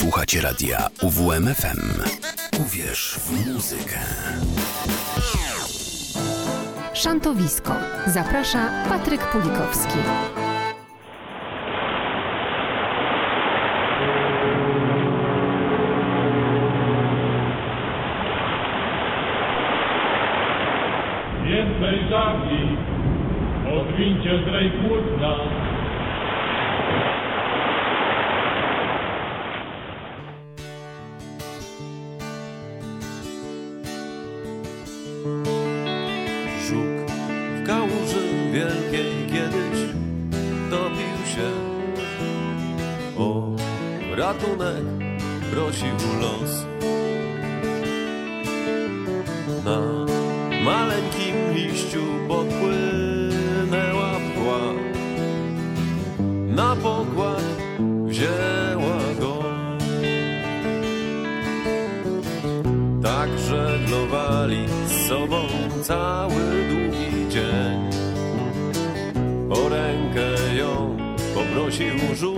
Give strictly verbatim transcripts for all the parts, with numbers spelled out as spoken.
Słuchacie radia U W M F M. Uwierz w muzykę. Szantowisko. Zaprasza Patryk Pulikowski. Więcej żagli, odwincie zdrej płótna. Żuk w kałuży wielkiej kiedyś topił się. O ratunek prosił los. Na maleńkim liściu podpłynęła pła. Na pokład wzięła go. Tak żeglowali z sobą cały długi dzień. O rękę ją poprosił żuk.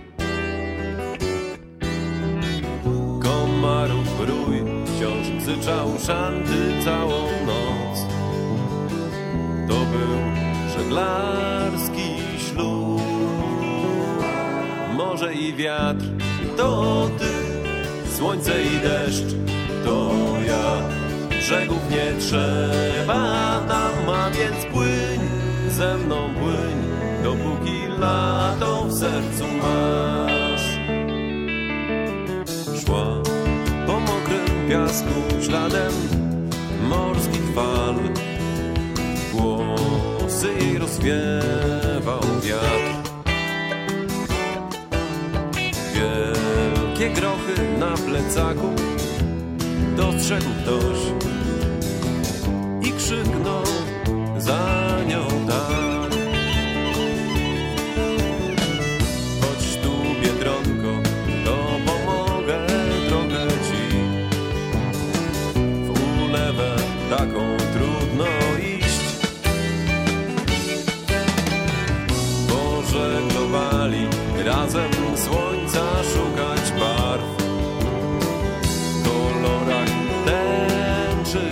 Komarów rój wciąż bzyczał szanty całą noc. To był żeglarski ślub. Morze i wiatr to ty, słońce i deszcz to ja. Brzegów nie trzeba nam, a więc płyń ze mną, płyń, dopóki lato w sercu masz. Szła po mokrym piasku śladem morskich fal. Włosy jej rozwiewał wiatr. Wielkie grochy na plecaku dostrzegł ktoś i krzyknął za nią tak. Chodź tu, Biedronko, to pomogę trochę ci. W ulewę taką trudno iść. Pożeglowali razem słońca szukać barw. W kolorach tęczy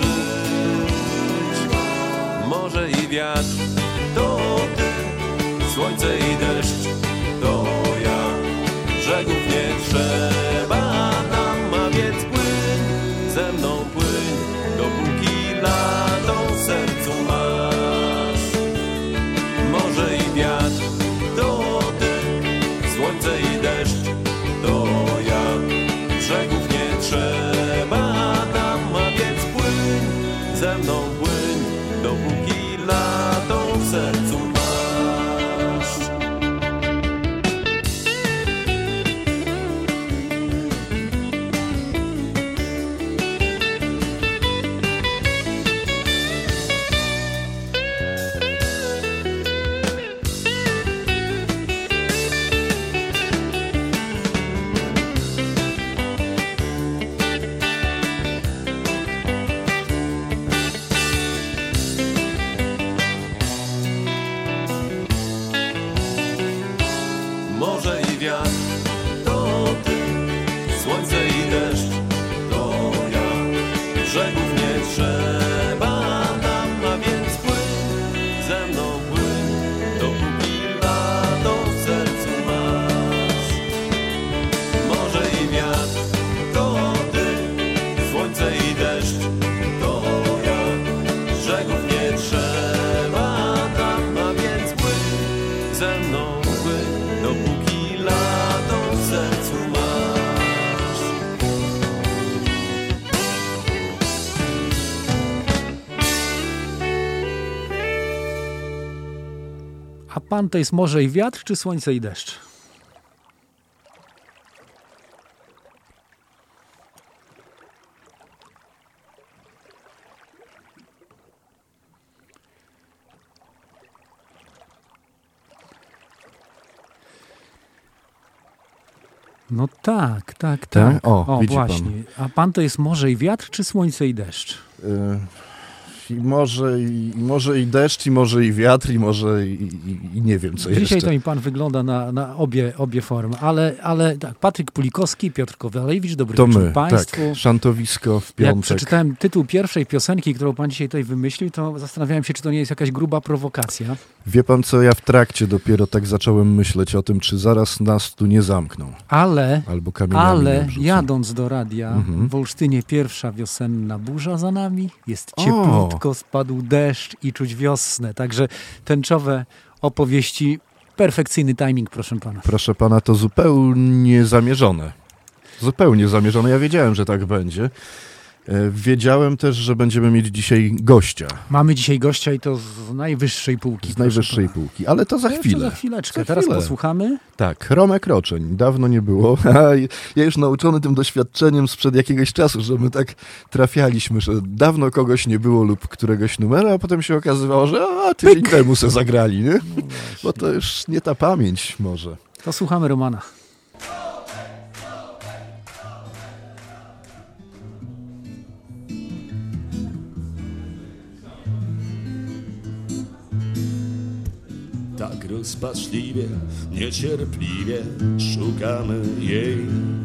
żyć. Morze i wiatr to ty, słońce i deszcz to ja. Brzegów nie trzeba nam, a więc płyń ze mną, płyń, dopóki lato w sercu masz. Morze i wiatr to ty, słońce i deszcz to ja. Brzegów nie trzeba nam, a więc płyń ze mną, płyń, dopóki lato w sercu masz. Morze i wiatr to ty, słońce i deszcz to ja. Brzegów nie trzeba nam, a więc płyń ze mną, płyń, dopóki lato w sercu masz. Morze i wiatr to ty, słońce i deszcz to ja. Brzegów nie trzeba nam, a więc płyń ze mną, płyń, dopóki lato w sercu masz. A pan to jest morze i wiatr, czy słońce i deszcz? No tak, tak, tak. O, O widzi właśnie. pan. A pan to jest morze i wiatr, czy słońce i deszcz? Y, I może i, i może i deszcz, i może i wiatr, i może i, i, i nie wiem, co Dzisiaj jeszcze. to mi pan wygląda na, na obie, obie formy, ale, ale tak, Patryk Pulikowski, Piotr Kowalewicz, dobry To wieczór my, państwu. tak. Szantowisko w Jak piątek. przeczytałem tytuł pierwszej piosenki, którą pan dzisiaj tutaj wymyślił, to zastanawiałem się, czy to nie jest jakaś gruba prowokacja. Wie pan co, ja w trakcie dopiero tak zacząłem myśleć o tym, czy zaraz nas tu nie zamkną. Ale, Albo kamieniami ale nie obrzucą. jadąc do radia, Mhm. w Olsztynie pierwsza wiosenna burza za nami, jest cieplutko, spadł deszcz i czuć wiosnę, także tęczowe opowieści, perfekcyjny timing, proszę pana. Proszę pana, to zupełnie zamierzone. Zupełnie zamierzone. Ja wiedziałem, że tak będzie. E, Wiedziałem też, że będziemy mieć dzisiaj gościa Mamy dzisiaj gościa i to z najwyższej półki. z najwyższej proszę pana. półki, ale to za Jeszcze chwilę. za chwileczkę. Za Teraz chwilę. posłuchamy. Tak, Romek Roczeń. Dawno nie było. Ja już nauczony tym doświadczeniem sprzed jakiegoś czasu, że my tak trafialiśmy, że dawno kogoś nie było lub któregoś numeru, a potem się okazywało, że a, tydzień temu se zagrali, nie? Bo to już nie ta pamięć może. To słuchamy Romana. Tak rozpaczliwie, niecierpliwie szukamy jej.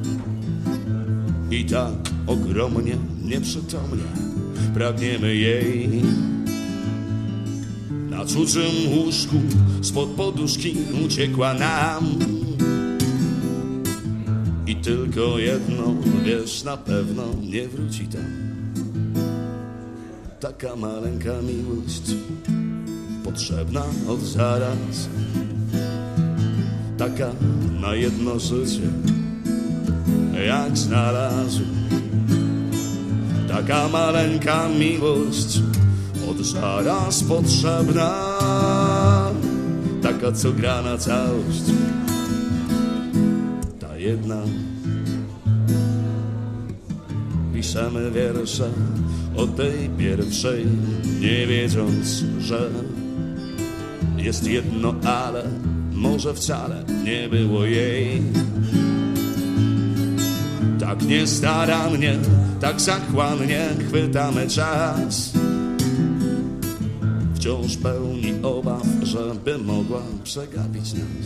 I tak ogromnie, nieprzytomnie pragniemy jej. Na cudzym łóżku spod poduszki uciekła nam. I tylko jedno, wiesz, na pewno nie wróci tam. Taka maleńka miłość, potrzebna od zaraz, taka na jedno życie, jak znalazł. Taka maleńka miłość, od zaraz potrzebna, taka co gra na całość, ta jedna. Piszemy wiersze o tej pierwszej, nie wiedząc, że jest jedno ale, może wcale nie było jej. Tak niestarannie, tak zachłannie chwytamy czas, wciąż pełni obaw, żeby mogła przegapić nas.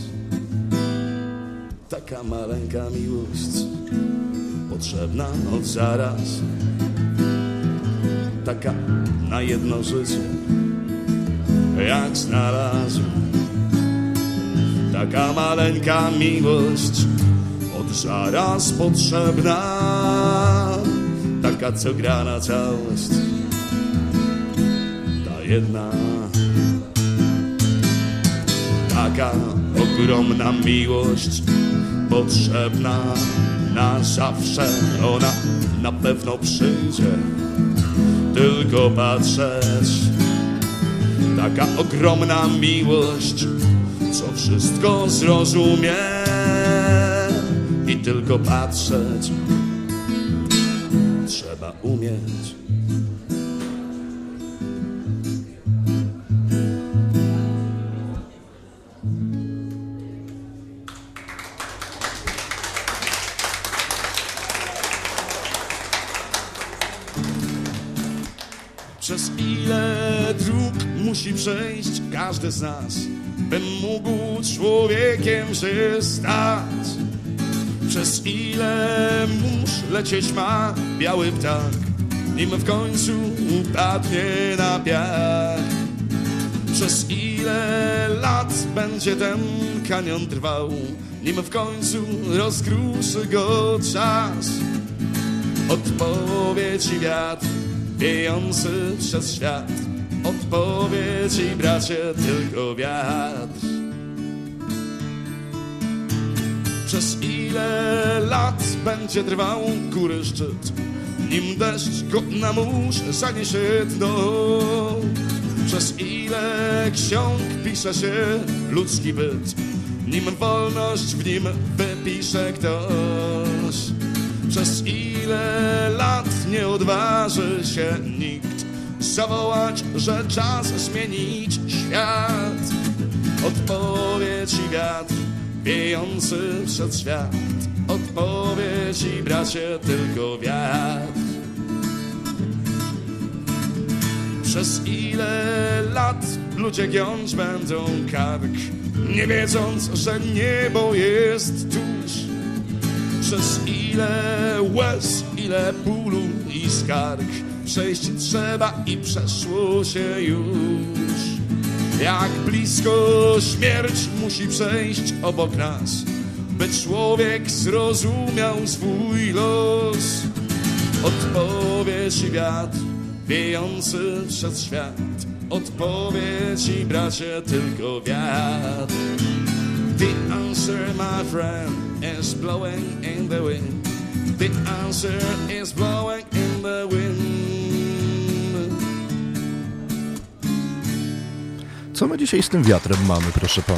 Taka maleńka miłość, potrzebna od zaraz, taka na jedno życie, jak znalazł. Taka maleńka miłość, od zaraz potrzebna, taka co gra na całość, ta jedna. Taka ogromna miłość, potrzebna na zawsze, ona na pewno przyjdzie, tylko patrzeć. Taka ogromna miłość, co wszystko zrozumie i tylko patrzeć trzeba umieć. Przez ile dróg musi przejść każdy z nas, by mógł człowiekiem się stać? Przez ile mórz lecieć ma biały ptak, nim w końcu upadnie na piach? Przez ile lat będzie ten kanion trwał, nim w końcu rozkruszy go czas? Odpowiedzi wiatr wiejący przez świat, odpowiedzi bracie tylko wiatr. Przez ile lat będzie trwał góry szczyt, nim deszcz go na mórz zaniesie dno? Przez ile ksiąg pisze się ludzki byt, nim wolność w nim wypisze ktoś? Przez ile lat nie odważy się nikt zawołać, że czas zmienić świat? Odpowiedź i wiatr wiejący przed świat, odpowiedź i bracie tylko wiatr. Przez ile lat ludzie giąć będą kark, nie wiedząc, że niebo jest tuż. Przez ile łez, ile bólu i skarg przejść trzeba i przeszło się już. Jak blisko śmierć musi przejść obok nas, by człowiek zrozumiał swój los. Odpowiedź i wiatr wiejący przez świat, odpowiedź i bracie tylko wiatr. The answer, my friend, is blowing in the wind. The answer is blowing in the wind. Co my dzisiaj z tym wiatrem mamy, proszę pana?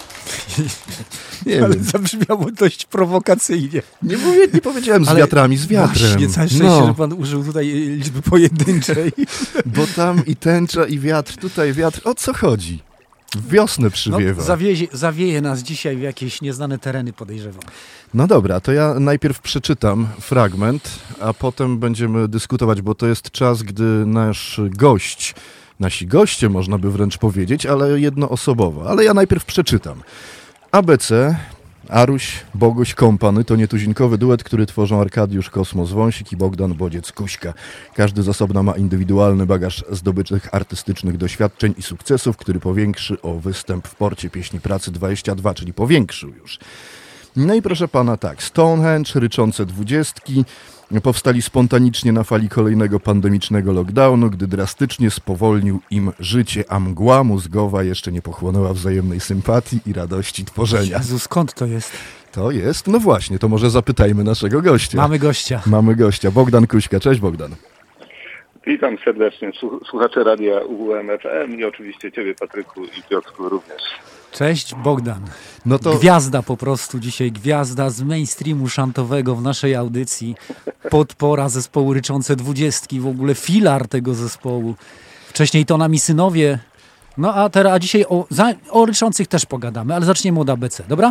Nie Ale wiem. Zabrzmiało dość prowokacyjnie. Nie, mówię, nie powiedziałem z Ale wiatrami, z wiatrem. Właśnie, całe szczęście, no. że pan użył tutaj liczby pojedynczej. Bo tam i tęcza, i wiatr, tutaj wiatr. O co chodzi? W wiosnę przywiewa. No, zawieje, zawieje nas dzisiaj w jakieś nieznane tereny, podejrzewam. No dobra, to ja najpierw przeczytam fragment, a potem będziemy dyskutować, bo to jest czas, gdy nasz gość, nasi goście można by wręcz powiedzieć, ale jednoosobowo. Ale ja najpierw przeczytam. A B C, Aruś, Boguś, Kompany to nietuzinkowy duet, który tworzą Arkadiusz Kosmos Wąsik i Bogdan Bodziec-Kuśka. Każdy z osobna ma indywidualny bagaż zdobycznych artystycznych doświadczeń i sukcesów, który powiększy o występ w Porcie Pieśni Pracy dwadzieścia dwa, czyli powiększył już. No i proszę pana tak, Stonehenge, ryczące dwudziestki, powstali spontanicznie na fali kolejnego pandemicznego lockdownu, gdy drastycznie spowolnił im życie, a mgła mózgowa jeszcze nie pochłonęła wzajemnej sympatii i radości tworzenia. Jezu, skąd to jest? To jest, no właśnie, to może zapytajmy naszego gościa. Mamy gościa. Mamy gościa, Bogdan Kuśka. Cześć Bogdan. Witam serdecznie słuchacze radia U W M F M i oczywiście ciebie, Patryku, i Piotrku również. Cześć Bogdan. No to... Gwiazda po prostu dzisiaj, gwiazda z mainstreamu szantowego w naszej audycji. Podpora zespołu Ryczące Dwudziestki, w ogóle filar tego zespołu. Wcześniej to nami synowie. No a teraz a dzisiaj o, za, o Ryczących też pogadamy, ale zaczniemy od A B C, dobra?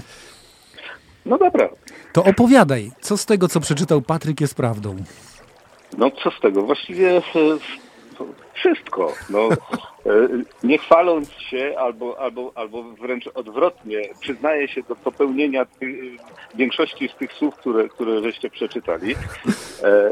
No dobra. To opowiadaj, co z tego, co przeczytał Patryk, jest prawdą? No co z tego? Właściwie wszystko. No, nie chwaląc się albo, albo, albo wręcz odwrotnie, przyznaję się do popełnienia tych, większości z tych słów, które, które żeście przeczytali, e,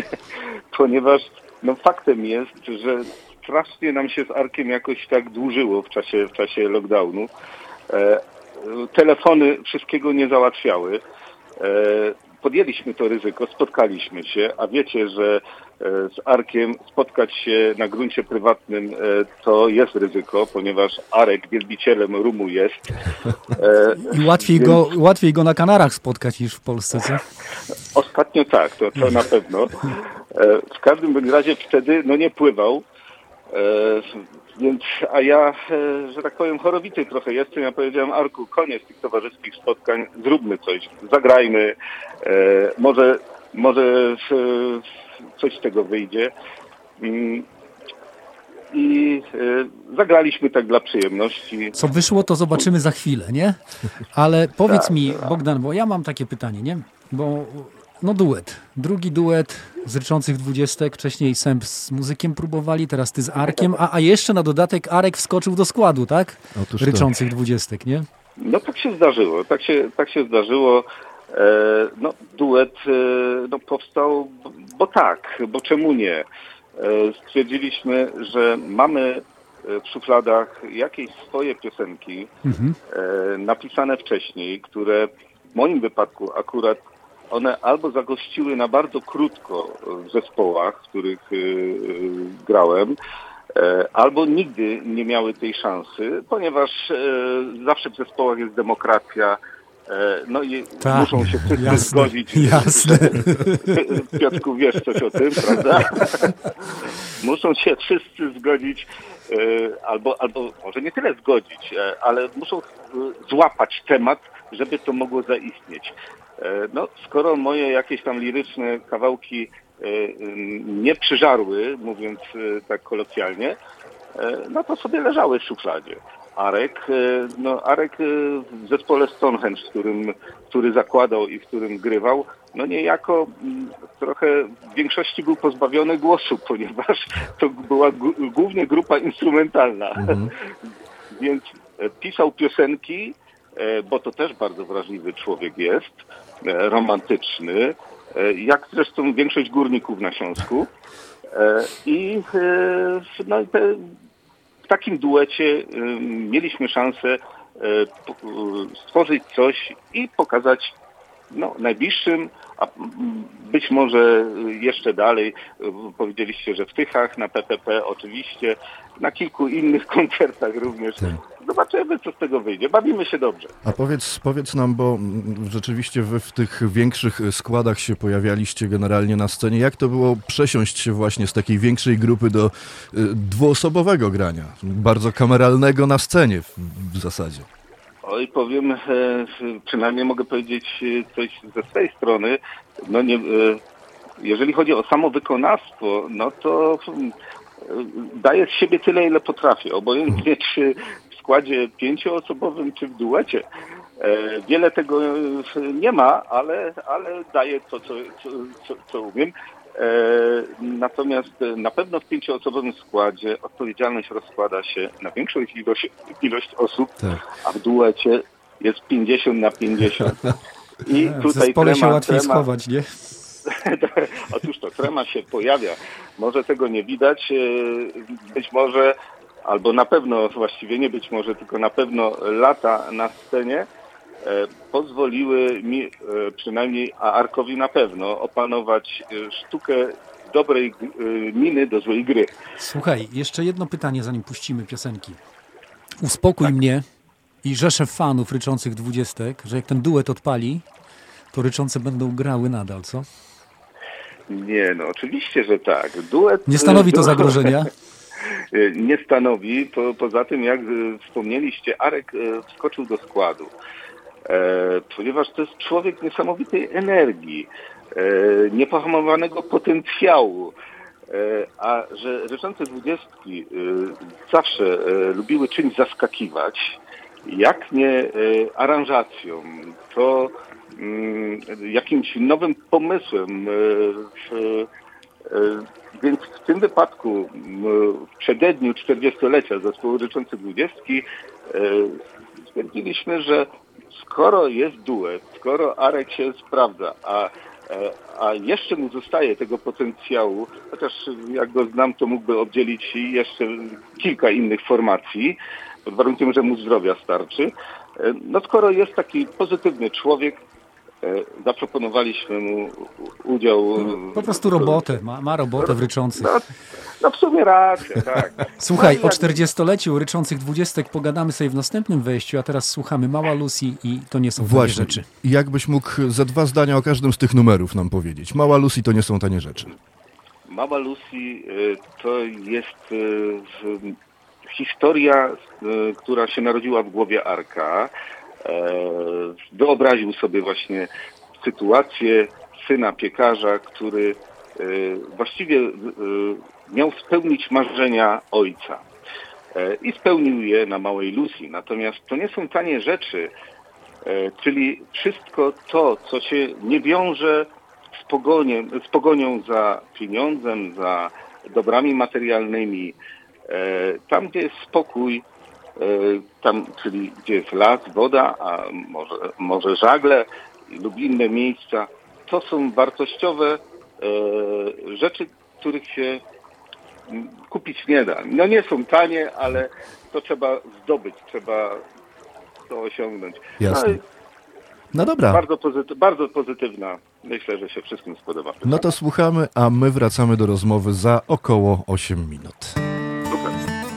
ponieważ no, faktem jest, że strasznie nam się z Arkiem jakoś tak dłużyło w czasie, w czasie lockdownu. E, telefony wszystkiego nie załatwiały. E, Podjęliśmy to ryzyko, spotkaliśmy się, a wiecie, że z Arkiem spotkać się na gruncie prywatnym to jest ryzyko, ponieważ Arek wielbicielem rumu jest. I łatwiej, Więc... go, łatwiej go na Kanarach spotkać niż w Polsce, co? Ostatnio tak, to, to na pewno. W każdym bądź razie wtedy no nie pływał. Więc, a ja, że tak powiem, chorowity trochę jestem. Ja powiedziałem, Arku, koniec tych towarzyskich spotkań, zróbmy coś, zagrajmy, e, może, może coś z tego wyjdzie. I e, zagraliśmy tak dla przyjemności. Co wyszło, to zobaczymy za chwilę, nie? Ale powiedz tak, mi, Bogdan, bo ja mam takie pytanie, nie? Bo no duet, drugi duet z Ryczących Dwudziestek, wcześniej Sęp z muzykiem próbowali, teraz ty z Arkiem, a, a jeszcze na dodatek Arek wskoczył do składu, tak? Otóż Ryczących tak. Dwudziestek, nie? No tak się zdarzyło, tak się, tak się zdarzyło. E, no duet e, no, powstał, bo, bo tak, bo czemu nie? E, stwierdziliśmy, że mamy w szufladach jakieś swoje piosenki mhm. e, napisane wcześniej, które w moim wypadku akurat one albo zagościły na bardzo krótko w zespołach, w których y, y, grałem, e, albo nigdy nie miały tej szansy, ponieważ e, zawsze w zespołach jest demokracja, e, no i tak, muszą się wszyscy jasne, zgodzić. Jasne. Że, Piotrku, wiesz coś o tym, prawda? Muszą się wszyscy zgodzić, e, albo, albo może nie tyle zgodzić, e, ale muszą e, złapać temat, żeby to mogło zaistnieć. No, skoro moje jakieś tam liryczne kawałki nie przyżarły, mówiąc tak kolokwialnie, no to sobie leżały w szufladzie. Arek, no Arek w zespole Stonehenge, w którym, który zakładał i w którym grywał, no niejako trochę w większości był pozbawiony głosu, ponieważ to była g- głównie grupa instrumentalna. Mhm. Więc pisał piosenki, bo to też bardzo wrażliwy człowiek jest, romantyczny, jak zresztą większość górników na Śląsku. I no, te, w takim duecie mieliśmy szansę stworzyć coś i pokazać no, najbliższym, a być może jeszcze dalej, powiedzieliście, że w Tychach, na P P P oczywiście, na kilku innych koncertach również. Tak. Zobaczymy, co z tego wyjdzie. Bawimy się dobrze. A powiedz, powiedz nam, bo rzeczywiście wy w tych większych składach się pojawialiście generalnie na scenie. Jak to było przesiąść się właśnie z takiej większej grupy do y, dwuosobowego grania? Bardzo kameralnego na scenie w, w zasadzie. Oj, powiem, e, przynajmniej mogę powiedzieć coś ze swojej strony. No nie, e, jeżeli chodzi o samo wykonawstwo, no to e, daję z siebie tyle, ile potrafię. Obojętnie czy w składzie pięcioosobowym, czy w duecie. E, wiele tego nie ma, ale, ale daję to, co, co, co, co umiem. E, natomiast na pewno w pięcioosobowym składzie odpowiedzialność rozkłada się na większą ilość, ilość osób, tak. A w duecie jest pięćdziesiąt na pięćdziesiąt. I w tutaj zespole trema, się łatwiej trema, schować, nie? Otóż to, trema się pojawia. Może tego nie widać, być może, albo na pewno, właściwie nie być może, tylko na pewno lata na scenie pozwoliły mi, przynajmniej a Arkowi na pewno, opanować sztukę dobrej miny do złej gry. Słuchaj, jeszcze jedno pytanie, zanim puścimy piosenki. Uspokój tak. mnie i rzeszę fanów ryczących dwudziestek, że jak ten duet odpali, to ryczące będą grały nadal, co? Nie, no oczywiście, że tak. Duet... Nie stanowi to zagrożenia? Nie stanowi. Po, poza tym, jak wspomnieliście, Arek wskoczył do składu. E, ponieważ to jest człowiek niesamowitej energii, e, niepohamowanego potencjału, e, a że ryczące dwudziestki e, zawsze e, lubiły czymś zaskakiwać, jak nie e, aranżacją, to e, jakimś nowym pomysłem. E, w, e, więc w tym wypadku w przededniu czterdziestolecia zespołu ryczące dwudziestki e, stwierdziliśmy, że skoro jest duet, skoro Arek się sprawdza, a, a jeszcze mu zostaje tego potencjału, chociaż jak go znam, to mógłby obdzielić jeszcze kilka innych formacji, pod warunkiem, że mu zdrowia starczy. No skoro jest taki pozytywny człowiek, zaproponowaliśmy mu udział... Po prostu robotę, ma, ma robotę w ryczących. No, no w sumie racja, tak. Słuchaj, no, o czterdziestoleciu ryczących dwudziestek pogadamy sobie w następnym wejściu, a teraz słuchamy Mała Lucy i to nie są Właśnie. tanie rzeczy. Jakbyś mógł za dwa zdania o każdym z tych numerów nam powiedzieć? Mała Lucy to nie są tanie rzeczy. Mała Lucy to jest historia, która się narodziła w głowie Arka. Wyobraził sobie właśnie sytuację syna piekarza, który właściwie miał spełnić marzenia ojca. I spełnił je na Małej Lucy. Natomiast to nie są tanie rzeczy, czyli wszystko to, co się nie wiąże z, pogoniem, z pogonią za pieniądzem, za dobrami materialnymi. Tam, gdzie jest spokój, tam, czyli gdzie jest las, woda, a może, może żagle lub inne miejsca, to są wartościowe e, rzeczy, których się kupić nie da. No nie są tanie, ale to trzeba zdobyć, trzeba to osiągnąć. Jasne. No, no dobra. Bardzo, pozyty- bardzo pozytywna. Myślę, że się wszystkim spodoba. No to słuchamy, a my wracamy do rozmowy za około osiem minut. Super.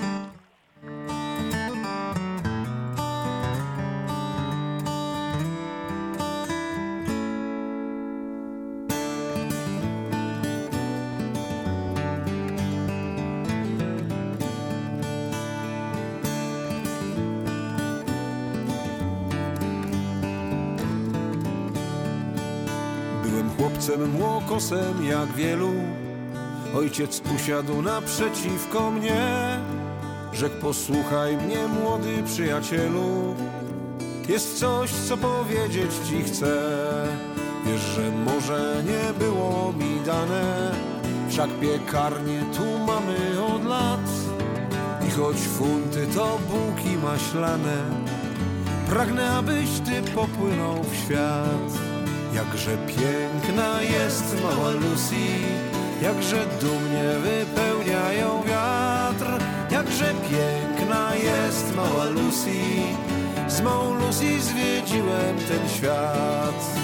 Chłopcem młokosem jak wielu, ojciec usiadł naprzeciwko mnie rzekł: posłuchaj mnie, młody przyjacielu, jest coś, co powiedzieć ci chcę. Wiesz, że może nie było mi dane, wszak piekarnię tu mamy od lat. I choć funty to bułki maślane, pragnę, abyś ty popłynął w świat. Jakże piękna jest mała Lucy, jakże dumnie wypełnia ją wiatr. Jakże piękna jest mała Lucy, z małą Lucy zwiedziłem ten świat.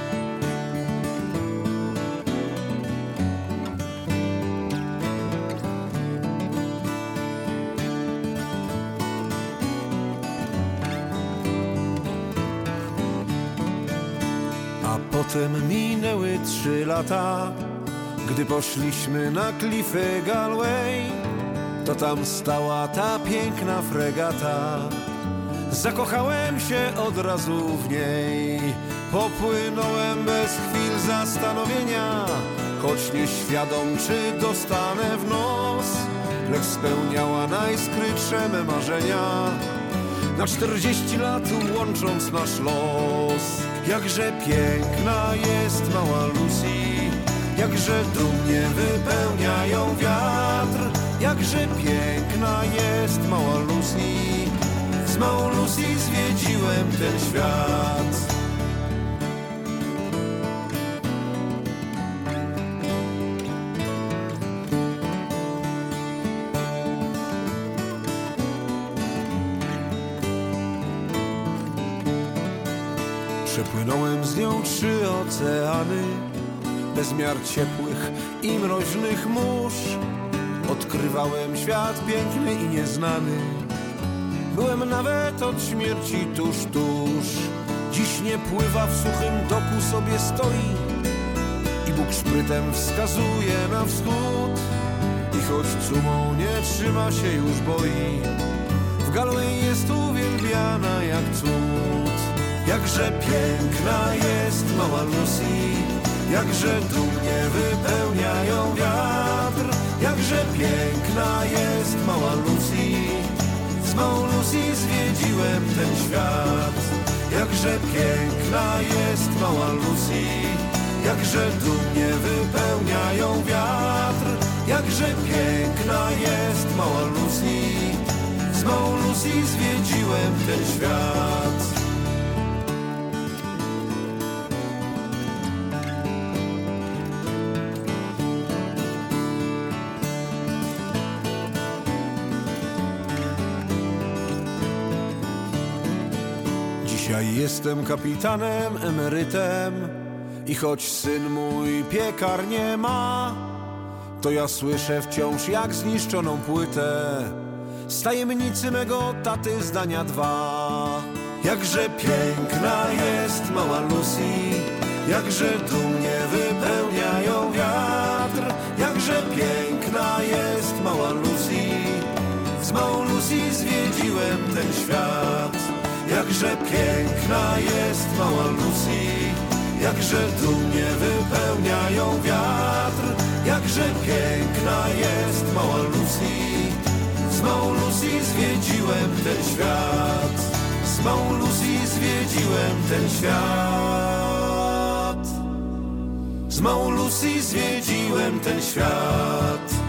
A potem minęły trzy lata, gdy poszliśmy na klify Galway. To tam stała ta piękna fregata, zakochałem się od razu w niej. Popłynąłem bez chwil zastanowienia, choć nieświadom, czy dostanę w nos, lecz spełniała najskrytsze me marzenia, na czterdzieści lat łącząc nasz los. Jakże piękna jest mała Lucy, jakże dumnie wypełnia ją wiatr. Jakże piękna jest mała Lucy, z małą Lucy zwiedziłem ten świat. Przepłynąłem z nią trzy oceany, bez miar ciepłych i mroźnych mórz. Odkrywałem świat piękny i nieznany, byłem nawet od śmierci tuż, tuż. Dziś nie pływa, w suchym doku sobie stoi i Bóg szprytem wskazuje na wschód. I choć cumą nie trzyma się, już boi, w Galway jest uwielbiana jak cud. Jakże piękna jest mała Lucy, jakże dumnie wypełnia ją wiatr. Jakże piękna jest mała Lucy, z małą Lucy zwiedziłem ten świat. Jakże piękna jest mała Lucy, jakże dumnie wypełnia ją wiatr. Jakże piękna jest mała Lucy, z małą Lucy zwiedziłem ten świat. Dzisiaj jestem kapitanem, emerytem i choć syn mój piekarnię ma, to ja słyszę wciąż jak zniszczoną płytę z tajemnicy mego taty zdania dwa. Jakże piękna jest mała Lucy, jakże dumnie wypełnia ją wiatr. Jakże piękna jest mała Lucy, z małą Lucy zwiedziłem ten świat. Jakże piękna jest mała Lucy, jakże dumnie wypełnia ją wiatr. Jakże piękna jest mała Lucy, z małą Lucy zwiedziłem ten świat. Z małą Lucy zwiedziłem ten świat. Z małą Lucy zwiedziłem ten świat.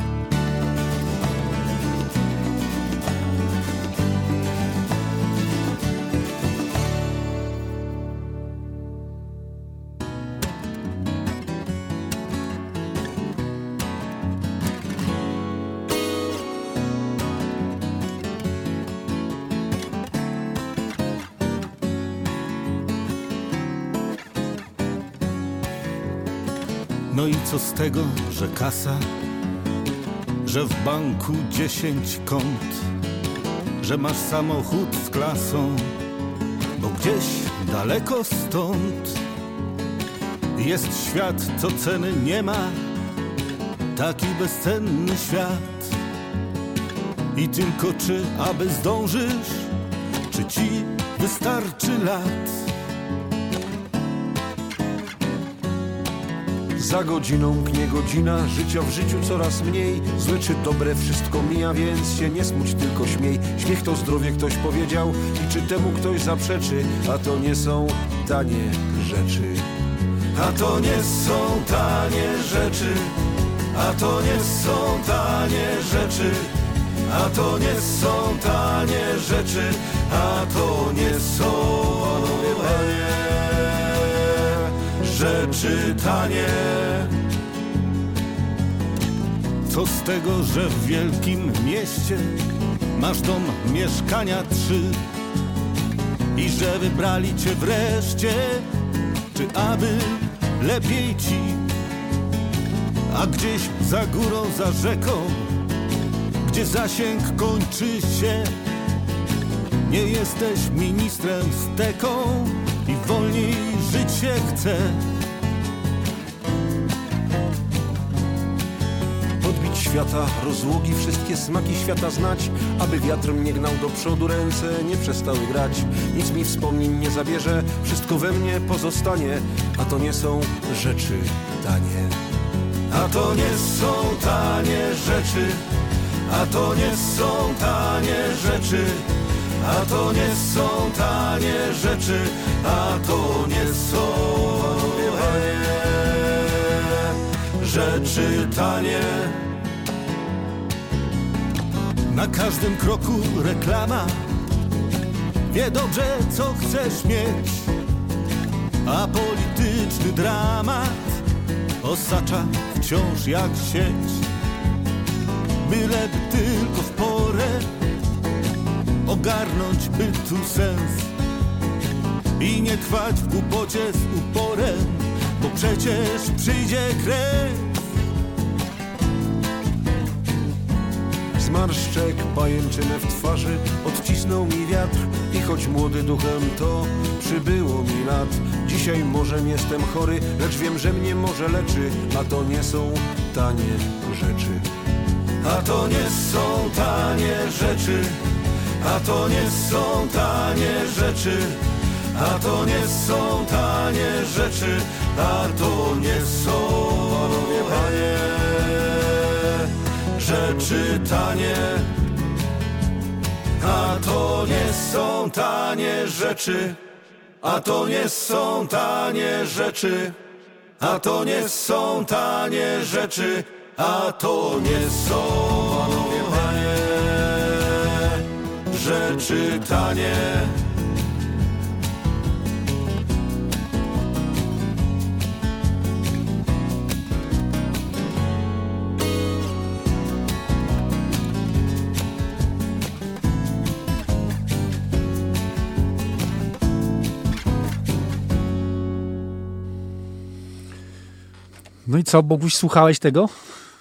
No i co z tego, że kasa, że w banku dziesięć kont, że masz samochód z klasą, bo gdzieś daleko stąd jest świat, co ceny nie ma, taki bezcenny świat. I tylko czy, aby zdążysz, czy ci wystarczy lat? Za godziną knie godzina, życia w życiu coraz mniej. Złe czy dobre wszystko mija, więc się nie smuć, tylko śmiej. Śmiech to zdrowie, ktoś powiedział, i czy temu ktoś zaprzeczy? A to nie są tanie rzeczy. A to nie są tanie rzeczy. A to nie są tanie rzeczy. A to nie są tanie rzeczy. A to nie są, panowie, panie, rzeczy tanie. Co z tego, że w wielkim mieście masz dom, mieszkania trzy i że wybrali cię wreszcie, czy aby lepiej ci, a gdzieś za górą, za rzeką, gdzie zasięg kończy się, nie jesteś ministrem steką i wolniej żyć się chce. Podbić świata, rozłogi, wszystkie smaki świata znać, aby wiatr mnie gnał do przodu, ręce nie przestały grać. Nic mi wspomnień nie zabierze, wszystko we mnie pozostanie, a to nie są rzeczy tanie. A to nie są tanie rzeczy. A to nie są tanie rzeczy. A to nie są tanie rzeczy. A to nie są, panowie, panie, rzeczy tanie. Na każdym kroku reklama wie dobrze, co chcesz mieć, a polityczny dramat osacza wciąż jak sieć. Byleby tylko w porę ogarnąć bytu sens i nie trwać w głupocie z uporem, bo przecież przyjdzie krew. Zmarszczek pajęczynę w twarzy odcisnął mi wiatr i choć młody duchem, to przybyło mi lat. Dzisiaj może jestem chory, lecz wiem, że mnie może leczy, a to nie są tanie rzeczy. A to nie są tanie rzeczy. A to nie są tanie rzeczy. A to nie są tanie rzeczy. A to nie są, panowie, panie, rzeczy tanie. A to nie są tanie rzeczy. A to nie są tanie rzeczy. A to nie są tanie rzeczy. A to nie są, panowie, panie, rzeczy tanie. No i co, Boguś, słuchałeś tego?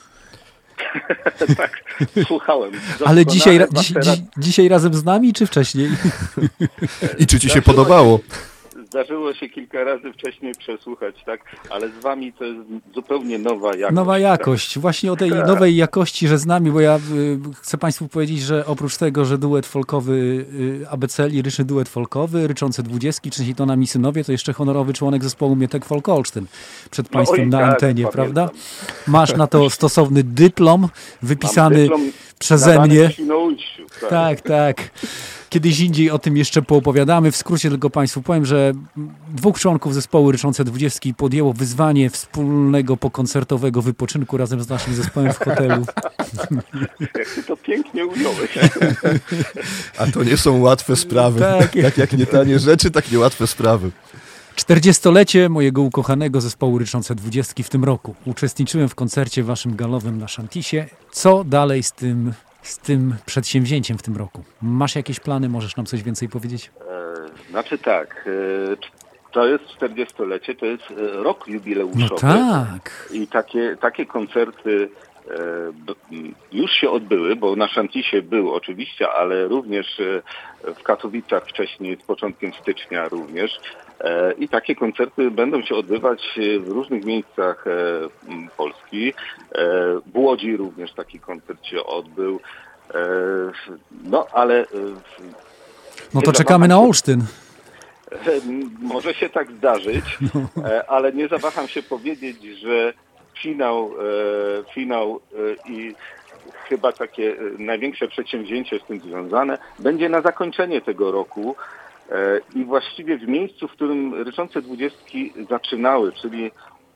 Tak, słuchałem. Ale dzisiaj, dziś, dziś, dzisiaj razem z nami, czy wcześniej? I czy ci się podobało? Zdarzyło się kilka razy wcześniej przesłuchać, tak? Ale z wami to jest zupełnie nowa jakość. Nowa jakość. Tak? Właśnie o tej tak. nowej jakości, że z nami, bo ja y, chcę Państwu powiedzieć, że oprócz tego, że duet folkowy y, A B C, liryczny duet folkowy, Ryczące Dwudziestki, czyli Tonami Synowie, to jeszcze honorowy członek zespołu Mietek Folk Olsztyn przed Państwem no na tak, antenie, pamiętam. Prawda? Masz na to stosowny dyplom wypisany dyplom przeze mnie. Tak. tak, tak. Kiedyś indziej o tym jeszcze poopowiadamy. W skrócie tylko Państwu powiem, że dwóch członków zespołu Ryczące Dwudziestki podjęło wyzwanie wspólnego pokoncertowego wypoczynku razem z naszym zespołem w hotelu. Jak ty to pięknie ująłeś. A to nie są łatwe sprawy. Tak, tak jak nie tanie rzeczy, tak niełatwe sprawy. czterdziestolecie mojego ukochanego zespołu Ryczące Dwudziestki w tym roku. Uczestniczyłem w koncercie waszym galowym na Szantisie. Co dalej z tym z tym przedsięwzięciem w tym roku? Masz jakieś plany? Możesz nam coś więcej powiedzieć? E, znaczy tak, e, to jest czterdziestolecie, to jest rok jubileuszowy. No tak. I takie, takie koncerty e, b, już się odbyły, bo na Szantisie był oczywiście, ale również w Katowicach wcześniej, z początkiem stycznia również. E, I takie koncerty będą się odbywać w różnych miejscach e, Polski. E, w Łodzi również taki koncert się odbył. E, no ale... E, no to czekamy na Olsztyn. Może się tak zdarzyć, ale nie zawaham się powiedzieć, że finał, finał i chyba takie największe przedsięwzięcie z tym związane będzie na zakończenie tego roku i właściwie w miejscu, w którym Ryczące Dwudziestki zaczynały, czyli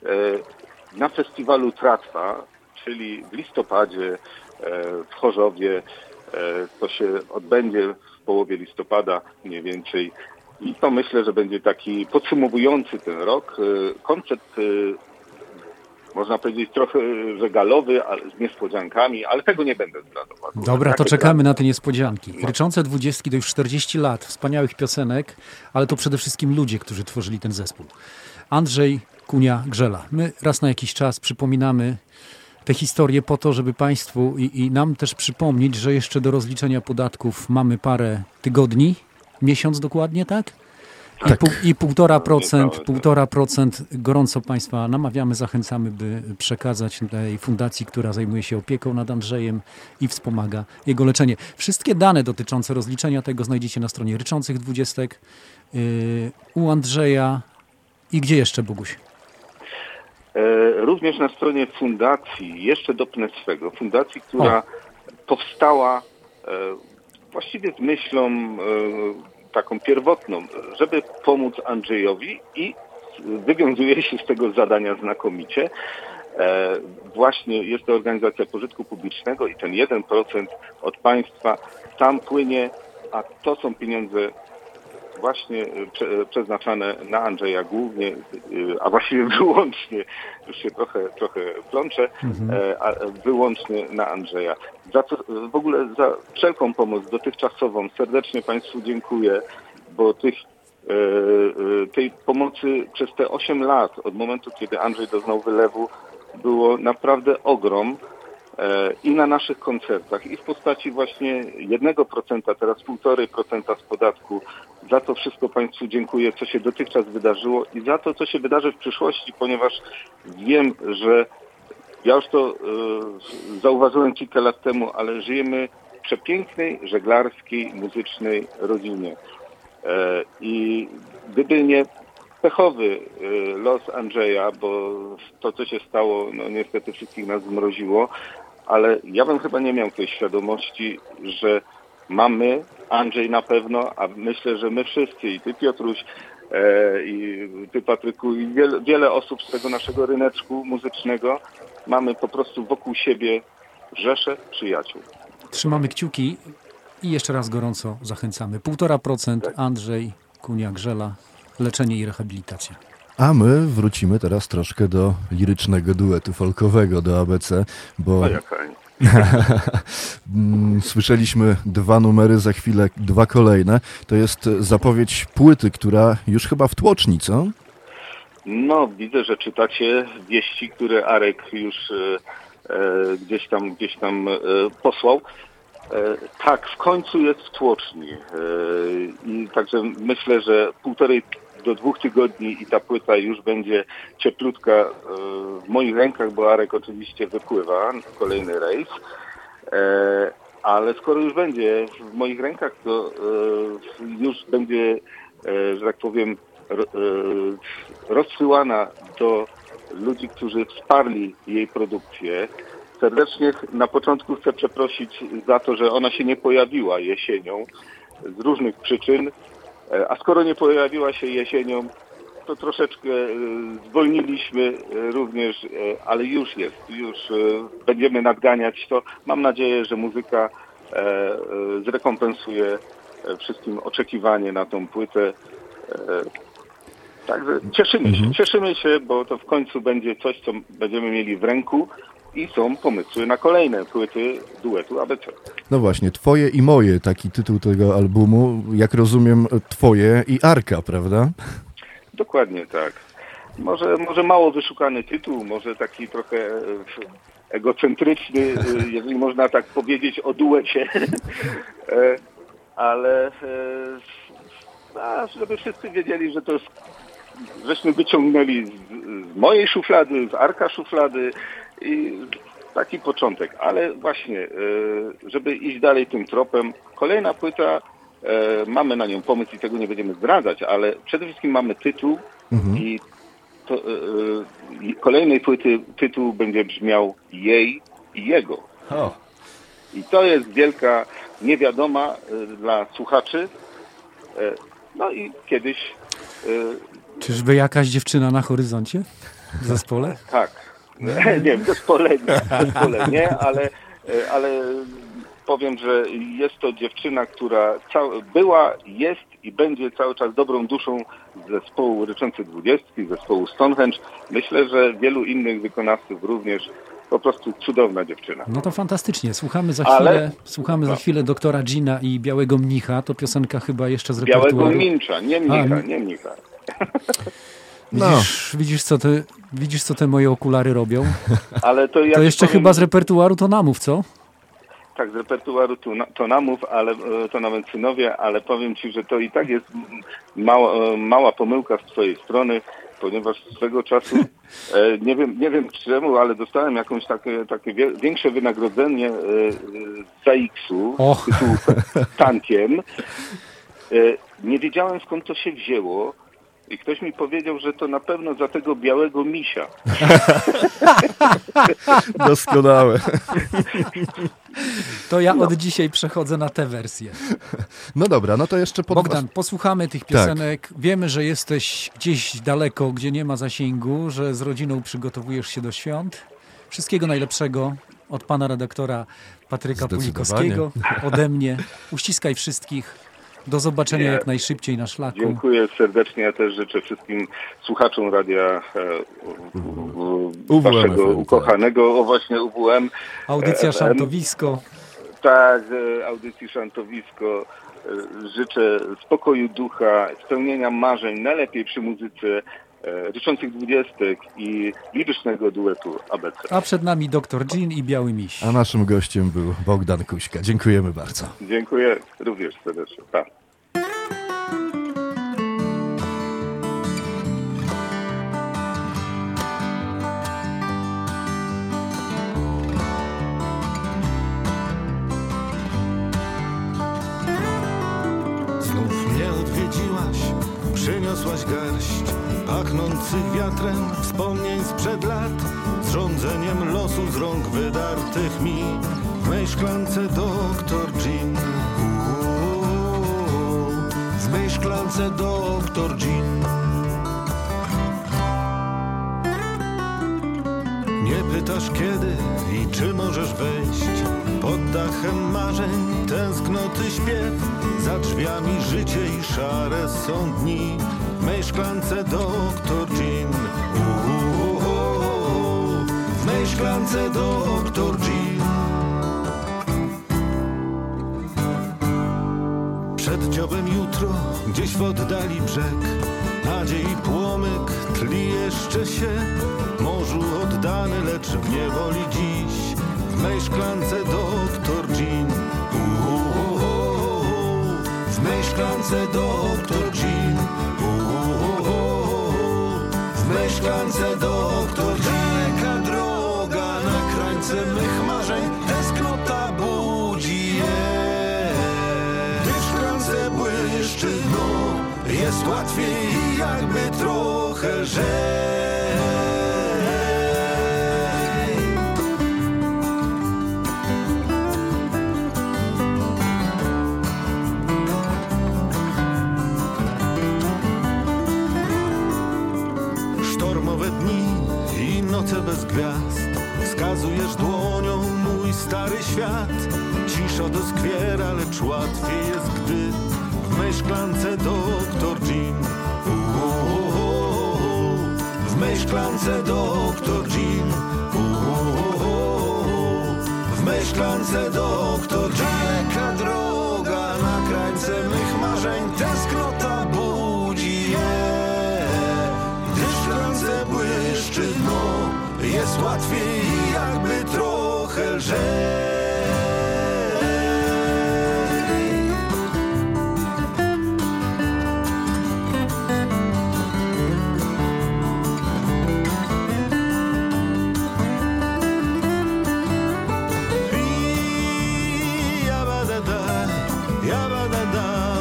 na festiwalu Tratwa, czyli w listopadzie w Chorzowie. To się odbędzie w połowie listopada mniej więcej i to myślę, że będzie taki podsumowujący ten rok koncert, można powiedzieć trochę regalowy, ale z niespodziankami, ale tego nie będę zdradował. Dobra, to czekamy na te niespodzianki. Ryczące Dwudziestki to już czterdzieści lat wspaniałych piosenek, ale to przede wszystkim ludzie, którzy tworzyli ten zespół. Andrzej Kunia Grzela. My raz na jakiś czas przypominamy te historie po to, żeby Państwu i, i nam też przypomnieć, że jeszcze do rozliczenia podatków mamy parę tygodni, miesiąc dokładnie, tak? I, tak. pół, i półtora procent, półtora procent gorąco Państwa namawiamy, zachęcamy, by przekazać tej fundacji, która zajmuje się opieką nad Andrzejem i wspomaga jego leczenie. Wszystkie dane dotyczące rozliczenia tego znajdziecie na stronie Ryczących Dwudziestek, yy, u Andrzeja i gdzie jeszcze, Boguś? Również na stronie fundacji, jeszcze dopnę swego, fundacji, która o. powstała właściwie z myślą taką pierwotną, żeby pomóc Andrzejowi i wywiązuje się z tego zadania znakomicie. Właśnie jest to organizacja pożytku publicznego i ten jeden procent od państwa tam płynie, a to są pieniądze właśnie prze, przeznaczane na Andrzeja głównie, a właściwie wyłącznie, już się trochę, trochę plączę, mhm. a wyłącznie na Andrzeja. Za to, w ogóle za wszelką pomoc dotychczasową serdecznie Państwu dziękuję, bo tych, tej pomocy przez te osiem lat, od momentu, kiedy Andrzej doznał wylewu, było naprawdę ogrom. I na naszych koncertach, i w postaci właśnie jednego procenta, teraz półtorej procenta z podatku. Za to wszystko Państwu dziękuję, co się dotychczas wydarzyło i za to, co się wydarzy w przyszłości, ponieważ wiem, że ja już to y, zauważyłem kilka lat temu, ale żyjemy w przepięknej, żeglarskiej, muzycznej rodzinie. E, I gdyby nie pechowy y, los Andrzeja, bo to, co się stało, no niestety wszystkich nas zmroziło, ale ja bym chyba nie miał tej świadomości, że mamy, Andrzej na pewno, a myślę, że my wszyscy, i ty Piotruś, e, i ty Patryku, i wiele, wiele osób z tego naszego ryneczku muzycznego, mamy po prostu wokół siebie rzesze przyjaciół. Trzymamy kciuki i jeszcze raz gorąco zachęcamy. Półtora procent tak. Andrzej Kunia Grzela, leczenie i rehabilitacja. A my wrócimy teraz troszkę do lirycznego duetu folkowego, do A B C, bo... A jak fajnie. Słyszeliśmy dwa numery, za chwilę dwa kolejne. To jest zapowiedź płyty, która już chyba w tłoczni, co? No, widzę, że czytacie wieści, które Arek już e, e, gdzieś tam, gdzieś tam e, posłał. E, tak, w końcu jest w tłoczni. E, I także myślę, że półtorej do dwóch tygodni i ta płyta już będzie cieplutka e, w moich rękach, bo Arek oczywiście wypływa na kolejny rejs. E, ale skoro już będzie w moich rękach, to e, już będzie, e, że tak powiem, ro, e, rozsyłana do ludzi, którzy wsparli jej produkcję. Serdecznie na początku chcę przeprosić za to, że ona się nie pojawiła jesienią z różnych przyczyn, a skoro nie pojawiła się jesienią, to troszeczkę zwolniliśmy również, ale już jest, już będziemy nadganiać to. Mam nadzieję, że muzyka zrekompensuje wszystkim oczekiwanie na tą płytę. Także cieszymy się, mhm. cieszymy się, bo to w końcu będzie coś, co będziemy mieli w ręku i są pomysły na kolejne płyty duetu A B C. No właśnie, Twoje i moje, taki tytuł tego albumu, jak rozumiem, Twoje i Arka, prawda? Dokładnie tak. Może, może mało wyszukany tytuł, może taki trochę egocentryczny, jeżeli można tak powiedzieć o duecie, ale a, żeby wszyscy wiedzieli, że to jest, żeśmy wyciągnęli z, z mojej szuflady, z Arka szuflady i taki początek. Ale właśnie, żeby iść dalej tym tropem, kolejna płyta E, mamy na nią pomysł i tego nie będziemy zdradzać, ale przede wszystkim mamy tytuł mhm. i to, e, e, kolejnej płyty tytuł będzie brzmiał Jej i Jego. O. I to jest wielka niewiadoma e, dla słuchaczy. E, no i kiedyś... E, Czyżby jakaś dziewczyna na horyzoncie w zespole? Tak. Nie, w zespole nie, w zespole nie, ale, ale powiem, że jest to dziewczyna, która cał- była, jest i będzie cały czas dobrą duszą zespołu Ryczące Dwudziestki, zespołu Stonehenge. Myślę, że wielu innych wykonawców również. Po prostu cudowna dziewczyna. No to fantastycznie. Słuchamy za Ale... chwilę, słuchamy za chwilę doktora Gina i Białego Mnicha. To piosenka chyba jeszcze z repertuaru. Białego Mincza, nie Mnicha, A, nie Mnicha. Widzisz, no. widzisz, co te, widzisz, co te moje okulary robią? Ale to, ja to jeszcze powiem, chyba z repertuaru to namów, co? Tak, z repertuaru to, to namów, ale to nawet synowie, ale powiem ci, że to i tak jest mała, mała pomyłka z twojej strony, ponieważ swego czasu, e, nie wiem, nie wiem czemu, ale dostałem jakąś takie, takie większe wynagrodzenie e, z A X-u, z tytułu tankiem. E, nie wiedziałem, skąd to się wzięło. I ktoś mi powiedział, że to na pewno za tego białego misia. Doskonałe. To ja no. od dzisiaj przechodzę na tę wersję. No dobra, no to jeszcze... Pod Bogdan, was... posłuchamy tych piosenek. Tak. Wiemy, że jesteś gdzieś daleko, gdzie nie ma zasięgu, że z rodziną przygotowujesz się do świąt. Wszystkiego najlepszego od pana redaktora Patryka Pulikowskiego, ode mnie. Uściskaj wszystkich. Do zobaczenia Nie. jak najszybciej na szlaku. Dziękuję serdecznie. Ja też życzę wszystkim słuchaczom radia e, U W M waszego F M, ukochanego, o właśnie U W M. Audycja e, Szantowisko. Tak, e, audycji Szantowisko. E, życzę spokoju ducha, spełnienia marzeń, najlepiej przy muzyce e, Ryczących Dwudziestek i lirycznego duetu A B C. A przed nami doktor Gin i Biały Miś. A naszym gościem był Bogdan Kuśka. Dziękujemy bardzo. Dziękuję również serdecznie. Tak. Znów mnie odwiedziłaś, przyniosłaś garść pachnących wiatrem wspomnień sprzed lat, z rządzeniem losu z rąk wydartych mi w mej szklance doktor Gin. W mej szklance doktor Gin. Nie pytasz kiedy i czy możesz wejść pod dachem marzeń, tęsknoty śpiew, za drzwiami życie i szare są dni. W mej szklance doktor Gin. W mej szklance doktor Gin. Przed dziobem jutro, gdzieś w oddali brzeg, nadziei płomyk tli jeszcze się, morzu oddany, lecz w niewoli dziś. W mej szklance doktor Gin. W mej szklance doktor Gin. W mej szklance doktor Gin. Daleka droga na krańce mych marzeń, tęsknota budzi je. Gdy w szklance błyszczy dno, jest łatwiej i jakby trochę lżej. Noce bez gwiazd, wskazujesz dłonią mój stary świat. Cisza doskwiera, lecz łatwiej jest, gdy w mej szklance doktor Gin. W mej szklance doktor Gin. W mej szklance doktor Gin. Daleka droga na krańce mych marzeń, tęsknota budzi je. Gdy w szklance błyszczy dno, jest łatwiej i jakby trochę lżej. I jabadada, jabadada,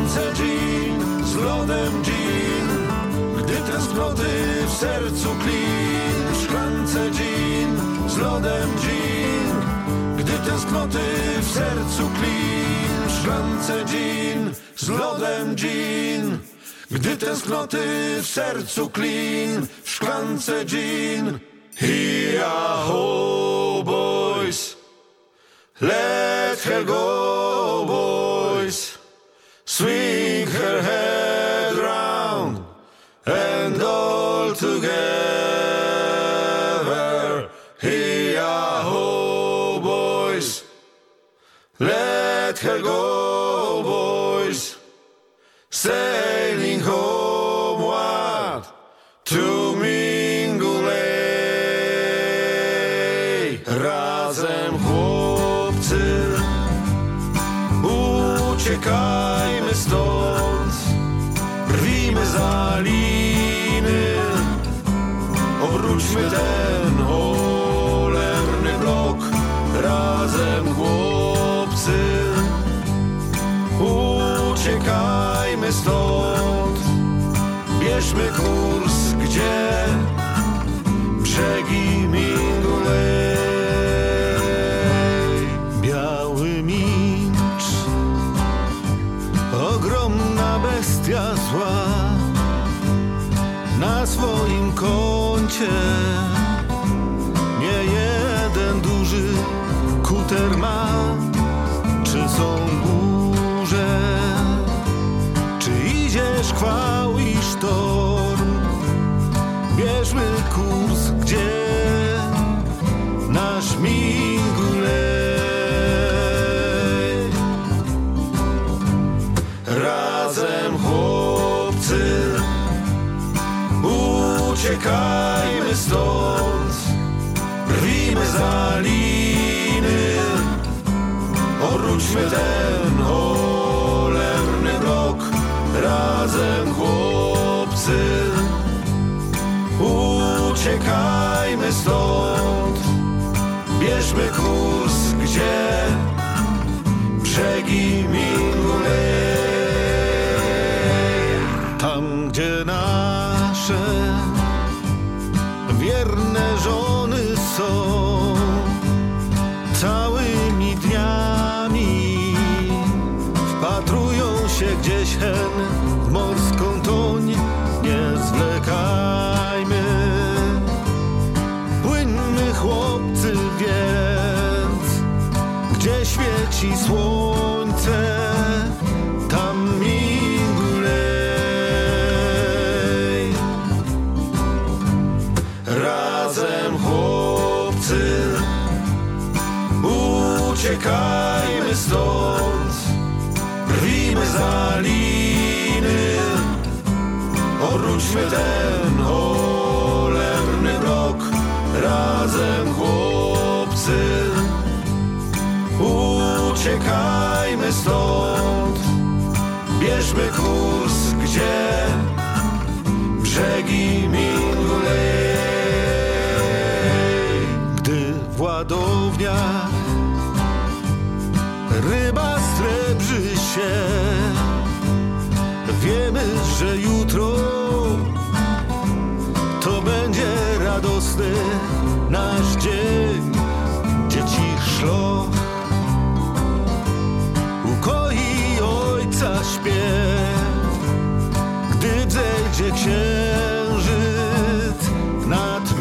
szklance gin, z lodem gin. Gdy tęsknoty w sercu klin, w szklance gin, z lodem gin. Gdy tęsknoty w sercu klin, w szklance gin, z lodem gin. Gdy tęsknoty w sercu klin, w szklance gin. Hi-ya-ho, boys, let her go, boys. Swing her head round and all together. Hi-ya-ho, boys, let her go, boys. Sailing homeward to Mingulay. Razem chłopcy, uciekajmy stąd. Rwijmy za liny, obróćmy ten cholerny blok. Razem chłopcy, uciekajmy stąd. Bierzmy kurs, gdzie brzegi Mingulay. Biały mincz, ogromna bestia zła, na swoim koncie nie jeden duży kuter ma. Czy są burze, czy idzie szkwał i sztorm? Bierzmy kurs, gdzie nasz Mingulay. Razem chłopcy, uciekajmy stąd. Rwijmy za liny, obróćmy ten cholerny blok. Razem chłopcy, uciekajmy stąd. Bierzmy kurs, gdzie brzegi Mingulay. Tam, gdzie nasze wierne żony są, całymi dniami wpatrują się gdzieś hen w morską toń. Nie zwlekajmy, płyńmy chłopcy więc, gdzie świeci słońce, tam Mingulay. Razem chłopcy, uciekajmy stąd. Rwijmy za liny, obróćmy ten cholerny blok. Razem chłopcy, uciekajmy stąd. Bierzmy kurs, gdzie brzegi Mingulay. Gdy w ładowniach ryba srebrzy się, wiemy, że jutro to będzie radosny nasz dzień. Dzieci szloch ukoi ojca śpiew, gdy wzejdzie księżyc nad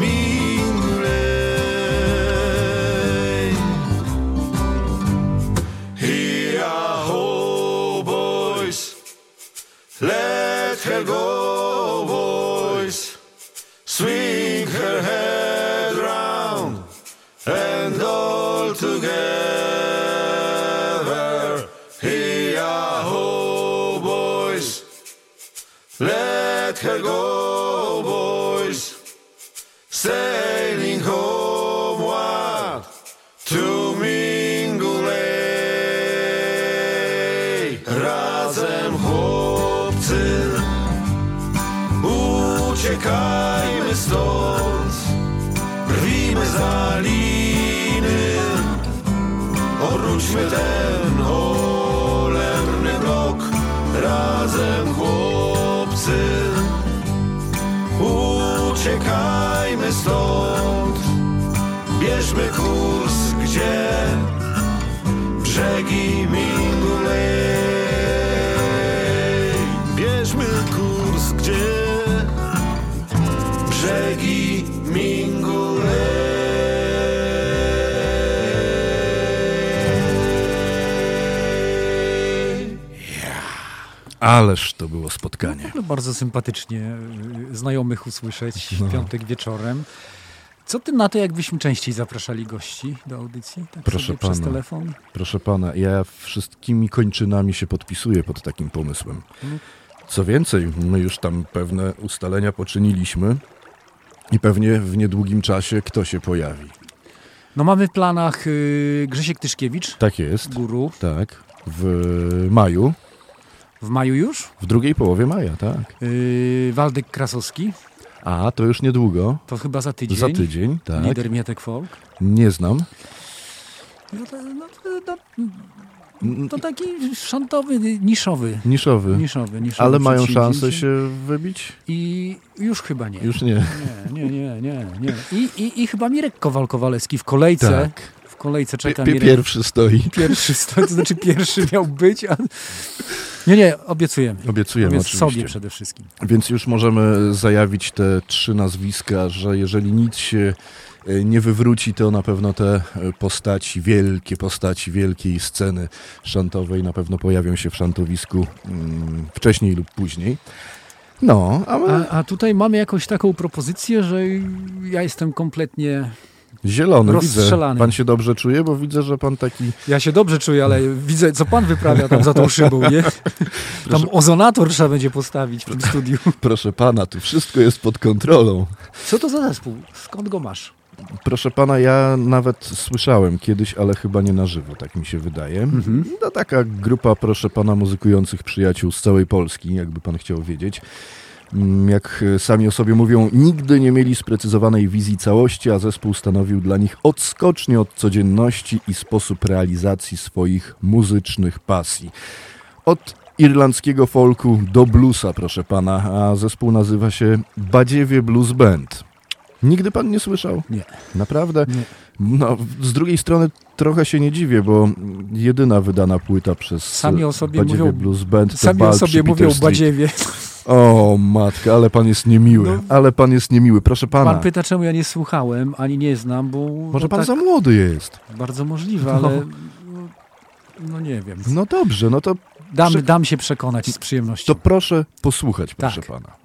Mingulay. Hi-ya-ho, boys, let her go, boys. Swing her head round and all together. Hi-ya-ho, boys, let her go, boys. Sailing homeward to Mingulay. Razem chłopcy, uciekajmy stąd. Rwijmy za liny, obróćmy ten cholerny blok. razem chłopcy, uciekajmy stąd, bierzmy kurs, gdzie brzegi Mingulej. Bierzmy kurs, gdzie brzegi Mingulej. Ależ to było spotkanie. No, bardzo sympatycznie y, znajomych usłyszeć w No. piątek wieczorem. Co ty na to, jakbyśmy częściej zapraszali gości do audycji? Tak Proszę sobie pana. Przez telefon? Proszę pana, ja wszystkimi kończynami się podpisuję pod takim pomysłem. Co więcej, my już tam pewne ustalenia poczyniliśmy i pewnie w niedługim czasie kto się pojawi. No mamy w planach y, Grzesiek Tyszkiewicz. Tak jest. Guru. Tak. W maju. W maju już? W drugiej połowie maja, tak. Y, Waldek Krasowski. A, to już niedługo. To chyba za tydzień. Za tydzień, tak. Lider Mietek Folk. Nie znam. No to, no, to, no, to taki szantowy, niszowy. Niszowy. Niszowy, niszowy Ale mają przedsięwzięcie. szansę się wybić? I już chyba nie. Już nie. Nie, nie, nie, nie. nie. I, i, I chyba Mirek Kowal-Kowalewski w kolejce. Tak. W kolejce czeka Pie- Mirek. Pierwszy stoi. Pierwszy stoi, to znaczy pierwszy miał być. A... Nie, nie, obiecujemy. Obiecujemy, Powiedz oczywiście. sobie przede wszystkim. Więc już możemy zajawić te trzy nazwiska, że jeżeli nic się nie wywróci, to na pewno te postaci, wielkie postaci wielkiej sceny szantowej na pewno pojawią się w szantowisku mm, wcześniej lub później. No, a, my... a, a tutaj mamy jakąś taką propozycję, że ja jestem kompletnie zielony, widzę. rozstrzelany. Pan się dobrze czuje, bo widzę, że pan taki... Ja się dobrze czuję, ale widzę, co pan wyprawia tam za tą szybą, nie? Tam Proszę... ozonator trzeba będzie postawić w tym studiu. Proszę pana, tu wszystko jest pod kontrolą. Co to za zespół? Skąd go masz? Proszę pana, ja nawet słyszałem kiedyś, ale chyba nie na żywo, tak mi się wydaje. Mhm. No taka grupa, proszę pana, muzykujących przyjaciół z całej Polski, jakby pan chciał wiedzieć. Jak sami o sobie mówią, nigdy nie mieli sprecyzowanej wizji całości, a zespół stanowił dla nich odskocznię od codzienności i sposób realizacji swoich muzycznych pasji. Od irlandzkiego folku do bluesa, proszę pana, a zespół nazywa się Badziewie Blues Band. Nigdy pan nie słyszał? Nie. Naprawdę? Nie. No, z drugiej strony trochę się nie dziwię, bo jedyna wydana płyta przez Sami o sobie Badziewie mówią, Blues Band to sami bal o sobie przy mówią Peter Street. Badziewie. O matka, ale pan jest niemiły, No. ale pan jest niemiły, proszę pana. Pan pyta, czemu ja nie słuchałem, ani nie znam, bo... Może no pan tak, za młody jest. Bardzo możliwe, No. ale... No nie wiem. No dobrze, no to, Dam, Prze- dam się przekonać z przyjemnością. to proszę posłuchać, proszę Tak. pana.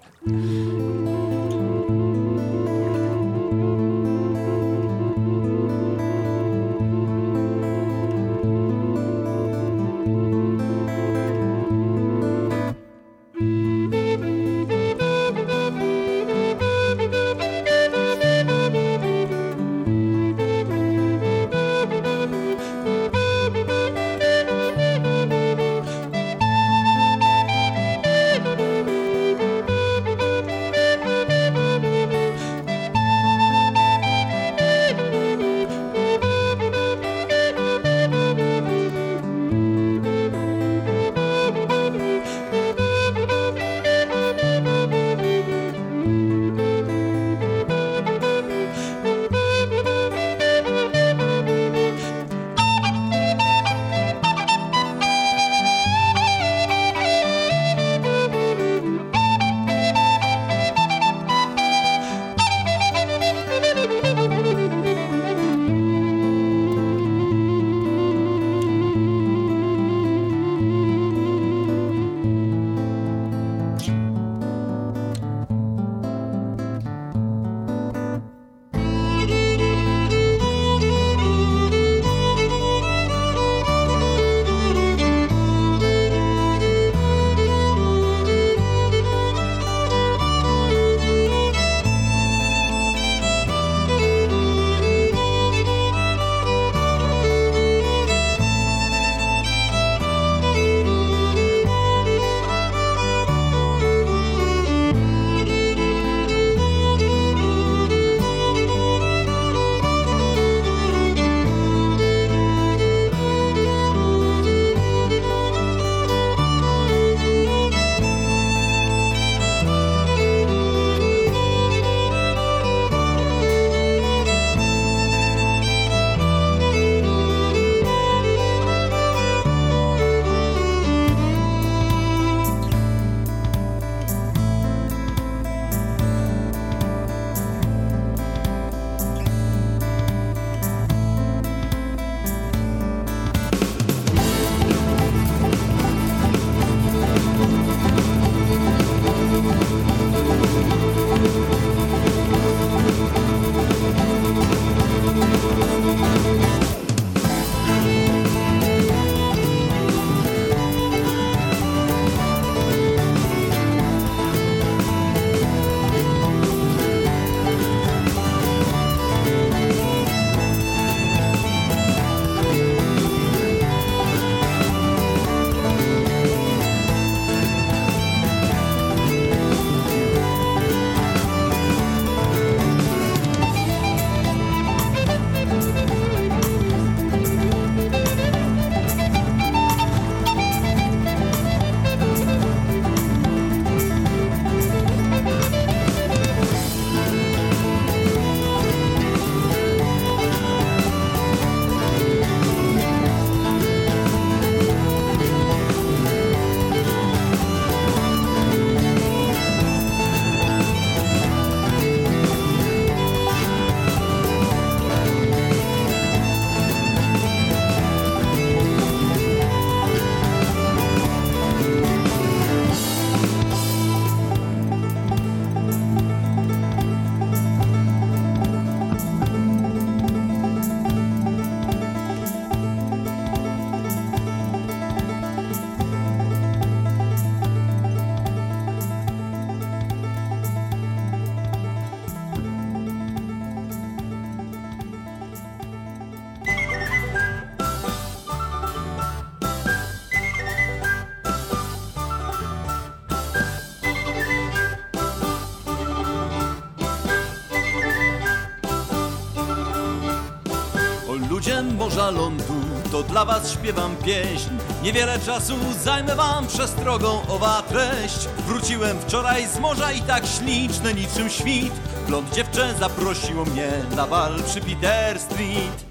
morza lądu, to dla was śpiewam pieśń. Niewiele czasu zajmę wam przestrogą owa treść. Wróciłem wczoraj z morza i tak śliczne niczym świt. Blond dziewczę zaprosiło mnie na bal przy Peter Street.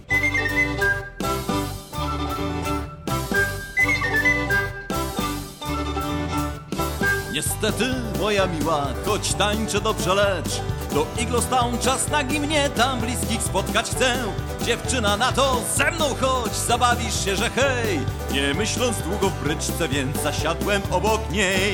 Niestety, moja miła, choć tańczę dobrze, lecz do Iglostown czas nagi mnie tam bliskich spotkać chcę. Dziewczyna na to, ze mną chodź, zabawisz się, że hej. Nie myśląc długo w bryczce, więc zasiadłem obok niej.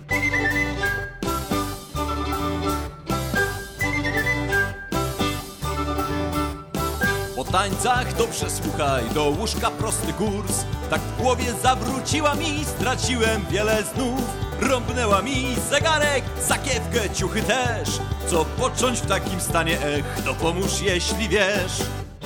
Po tańcach to przesłuchaj, do łóżka prosty kurs. Tak w głowie zawróciła mi, straciłem wiele znów. Rąbnęła mi zegarek, sakiewkę, ciuchy też. Co począć w takim stanie, ech, to pomóż jeśli wiesz.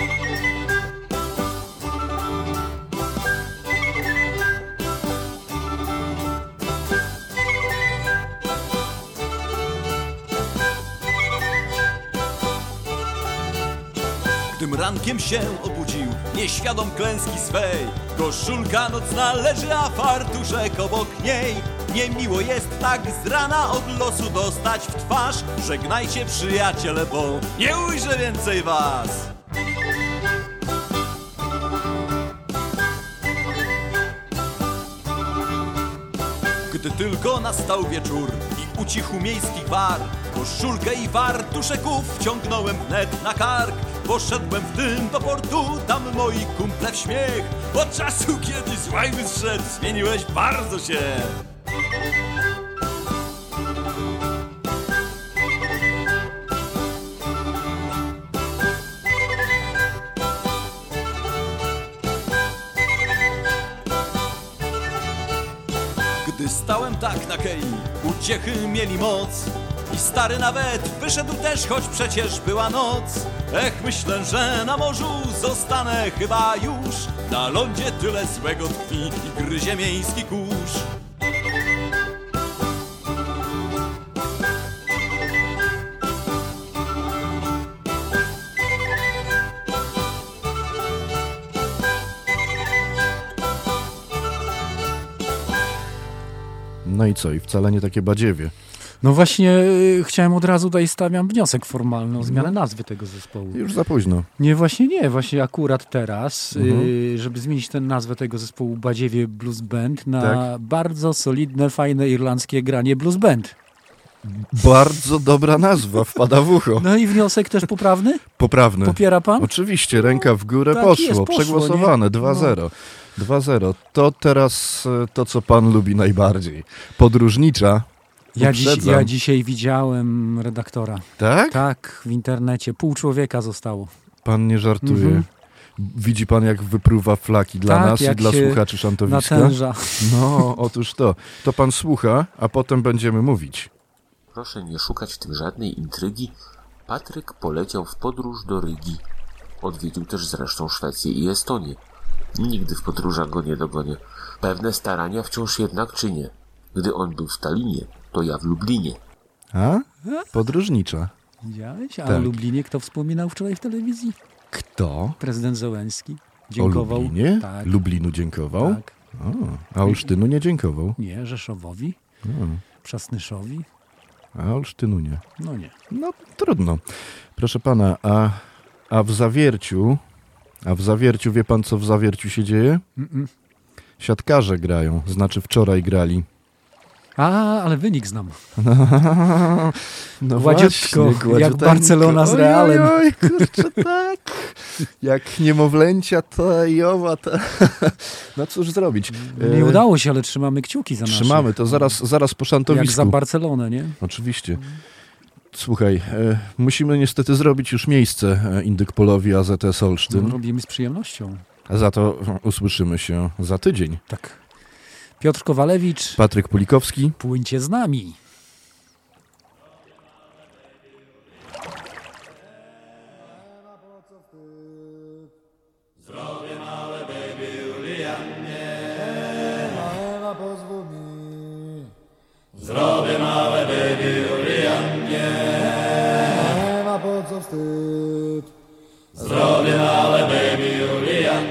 Gdym rankiem się obudził, nieświadom klęski swej, koszulka nocna leży, a fartuszek obok niej. Niemiło jest tak z rana od losu dostać w twarz. Żegnajcie przyjaciele, bo nie ujrzę więcej was. Gdy tylko nastał wieczór i ucichł miejski gwar, koszulkę i fartuszków wciągnąłem wnet na kark. Poszedłem w tym do portu, tam moi kumple w śmiech. Od czasu, kiedy z łajby zszedł, zmieniłeś bardzo się. Gdy stałem tak na kei, uciechy mieli moc. I stary nawet wyszedł też, choć przecież była noc. Ech, myślę, że na morzu zostanę chyba już. Na lądzie tyle złego tkwi i gryzie miejski kurz. No i co? I wcale nie takie badziewie. No właśnie y, chciałem od razu, tutaj stawiam wniosek formalny o zmianę nazwy tego zespołu. Już za późno. Nie, właśnie nie. Właśnie akurat teraz, Mhm. y, żeby zmienić tę nazwę tego zespołu Badziewie Blues Band na Tak. bardzo solidne, fajne irlandzkie granie Blues Band. Bardzo dobra nazwa, wpada w ucho. No i wniosek też poprawny? Poprawny. Popiera pan? Oczywiście, ręka w górę Tak poszło, jest, poszło, przegłosowane, nie? dwa zero. dwa zero. To teraz e, to, co pan lubi najbardziej. Podróżnicza. Ja, dziś, Uprzedzam. ja dzisiaj widziałem redaktora. Tak? Tak, w internecie. Pół człowieka zostało. Pan nie żartuje. Mhm. Widzi pan, jak wypruwa flaki dla Tak, nas i jak dla się słuchaczy Szantowiska? natęża. No, otóż to. To pan słucha, a potem będziemy mówić. Proszę nie szukać w tym żadnej intrygi. Patryk poleciał w podróż do Rygi. Odwiedził też zresztą Szwecję i Estonię. Nigdy w podróżach go nie dogonię. Pewne starania wciąż jednak czynię. Gdy on był w Tallinie, to ja w Lublinie. A? Podróżnicza. Widziałeś? A Tak. o Lublinie kto wspominał wczoraj w telewizji? Kto? Prezydent Zełenski. Dziękował. O Lublinie? Tak. Lublinu dziękował? Tak. O, a Olsztynu nie dziękował? Nie, Rzeszowowi, O, Przasnyszowi. a Olsztynu nie. No nie. No, trudno. Proszę pana, a, a w Zawierciu, a w Zawierciu, wie pan, co w Zawierciu się dzieje? Mm-mm. Siatkarze grają, znaczy wczoraj grali. A, ale wynik znam. No Gładziutko, właśnie, jak gładziuteńko. Barcelona z Realem. Oj, oj, kurczę, tak. Jak niemowlęcia ta i owa ta. No cóż zrobić. Nie udało się, ale trzymamy kciuki za naszych. Trzymamy, to zaraz, zaraz po szantowisku. Jak za Barcelonę, nie? Oczywiście. Słuchaj, e, musimy niestety zrobić już miejsce e, Indyk Polowi A Z S Olsztyn. No, robimy z przyjemnością. A za to usłyszymy się za tydzień. Tak. Piotr Kowalewicz. Patryk Pulikowski. Płyńcie z nami. Zdrowie małe baby Julianie, Ema pozwól mi. Zdrowie małe baby Julianie, Ema po co wstyd. Zdrowie małe baby Julianie.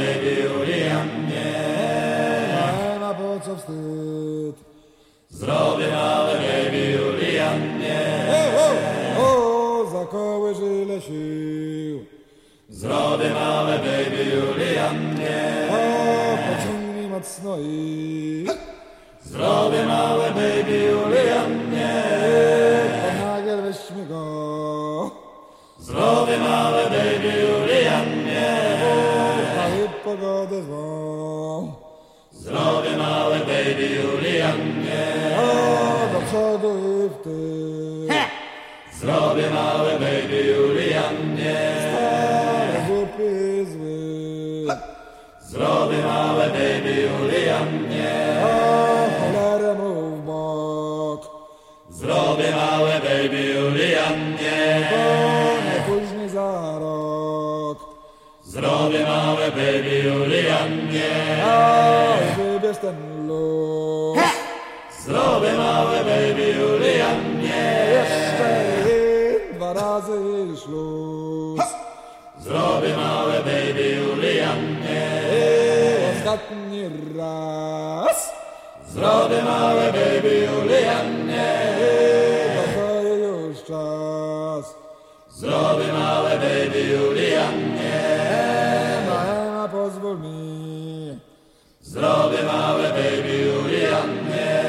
baby Julia mnie. Ma po co wstyd. Zrobię małe baby Julia mnie. O, o, za koły żyle sił. Zrobię małe baby Julia mnie. O, pociągnij mocno i zrobię małe baby Julia mnie. Ponagiel weźmy go. Zrobię małe baby Julia mnie. Mały pogodę złą. Zrobię małe baby Julia mnie. O, do przodu i w tył. Zrobię małe baby Julia mnie. Stary, głupi, zły. Zrobię małe baby Julia mnie. O, cholerę mu w bok. Zrobię małe baby Julia mnie. O, najpóźniej za rok. Zrobię małe baby Julia mnie. O, wybierz ten luz. Zrobię małe baby Julia mnie. Jeszcze dwa razy i śluz. Zrobię małe baby Julia mnie. Ostatni raz. Zrobię małe baby Julia mnie. To już czas. Zrobię małe baby Julia mnie. Ema, pozwól mi. Zrobię małe baby Julia mnie.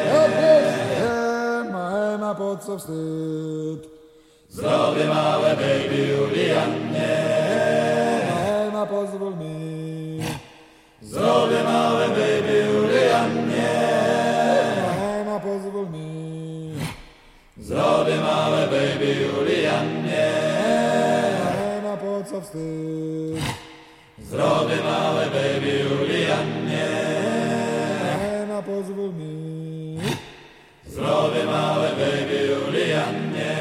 Ema, Ema, po co wstyd? Zrobię małe baby Julia mnie. Ema, pozwól mi. Zrobię małe baby Julia mnie. Ema, pozwól mi. Zrobię małe baby Julia mnie. Ema, po co wstyd? Zrobię małe baby Julia mnie. Ema, pozwól mi. Zrobię małe baby Julia mnie.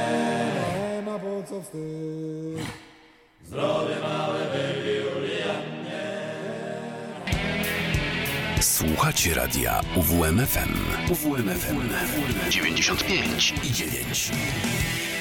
Ema, po co wstyd? Zrobię małe baby Julia mnie. Słuchacie radia U W M F M. U W M F M dziewięćdziesiąt pięć i dziewięć.